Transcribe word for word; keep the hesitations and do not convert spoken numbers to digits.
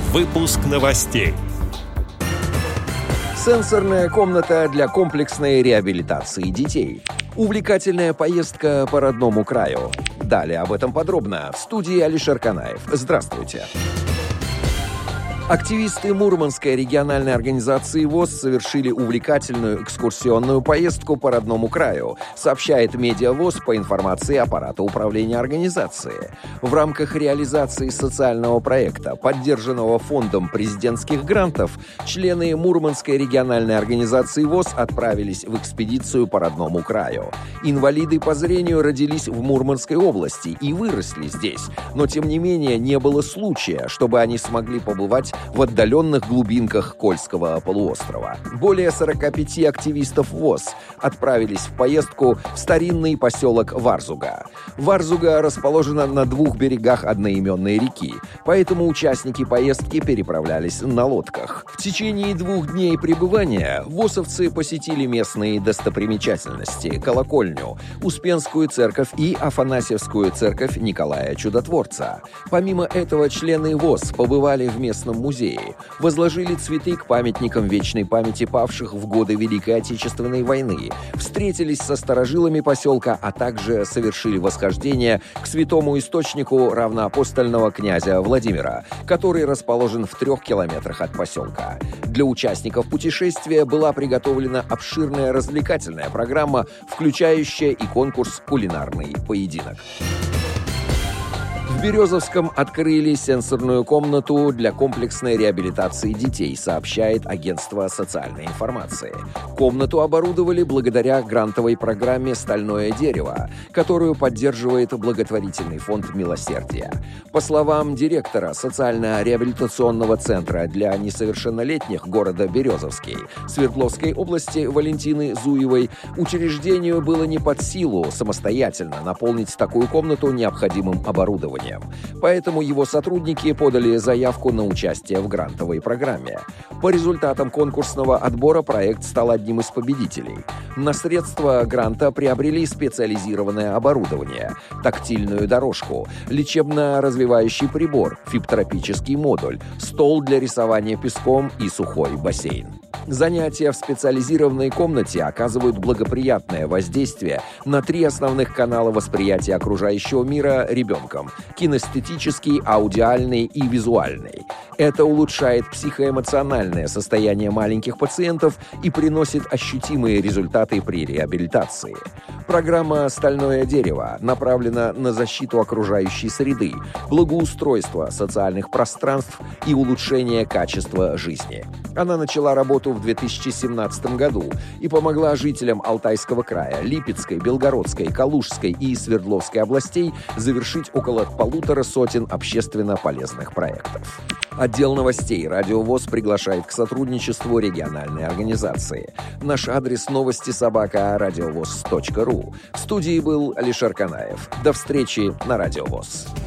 Выпуск новостей. Сенсорная комната для комплексной реабилитации детей. Увлекательная поездка по родному краю. Далее об этом подробно. В студии Алишер Канаев. Здравствуйте. Активисты Мурманской региональной организации ВОС совершили увлекательную экскурсионную поездку по родному краю, сообщает Медиа ВОС по информации аппарата управления организации. В рамках реализации социального проекта, поддержанного фондом президентских грантов, члены Мурманской региональной организации ВОС отправились в экспедицию по родному краю. Инвалиды по зрению родились в Мурманской области и выросли здесь, но тем не менее не было случая, чтобы они смогли побывать в отдаленных глубинках Кольского полуострова. Более сорока пяти активистов ВОС отправились в поездку в старинный поселок Варзуга. Варзуга расположена на двух берегах одноименной реки, поэтому участники поездки переправлялись на лодках. В течение двух дней пребывания ВОСовцы посетили местные достопримечательности: колокольню, Успенскую церковь и Афанасьевскую церковь Николая Чудотворца. Помимо этого, члены ВОС побывали в местном музее, возложили цветы к памятникам вечной памяти павших в годы Великой Отечественной войны, встретились со старожилами поселка, а также совершили восхождение к святому источнику равноапостольного князя Владимира, который расположен в трех километрах от поселка. Для участников путешествия была приготовлена обширная развлекательная программа, включающая и конкурс «Кулинарный поединок». В Березовском открыли сенсорную комнату для комплексной реабилитации детей, сообщает агентство социальной информации. Комнату оборудовали благодаря грантовой программе «Стальное дерево», которую поддерживает благотворительный фонд «Милосердие». По словам директора социально-реабилитационного центра для несовершеннолетних города Березовский Свердловской области Валентины Зуевой, учреждению было не под силу самостоятельно наполнить такую комнату необходимым оборудованием. Поэтому его сотрудники подали заявку на участие в грантовой программе. По результатам конкурсного отбора проект стал одним из победителей. На средства гранта приобрели специализированное оборудование, тактильную дорожку, лечебно-развивающий прибор, фибтропический модуль, стол для рисования песком и сухой бассейн. Занятия в специализированной комнате оказывают благоприятное воздействие на три основных канала восприятия окружающего мира ребенком – кинестетический, аудиальный и визуальный. Это улучшает психоэмоциональное состояние маленьких пациентов и приносит ощутимые результаты при реабилитации. Программа «Стальное дерево» направлена на защиту окружающей среды, благоустройство социальных пространств и улучшение качества жизни. Она начала работу в две тысячи семнадцатом году и помогла жителям Алтайского края, Липецкой, Белгородской, Калужской и Свердловской областей завершить около полутора сотен общественно полезных проектов. Отдел новостей «Радио ВОС» приглашает к сотрудничеству региональной организации. Наш адрес — новости собака радиовос точка ру. В студии был Алишер Канаев. До встречи на Радио ВОС.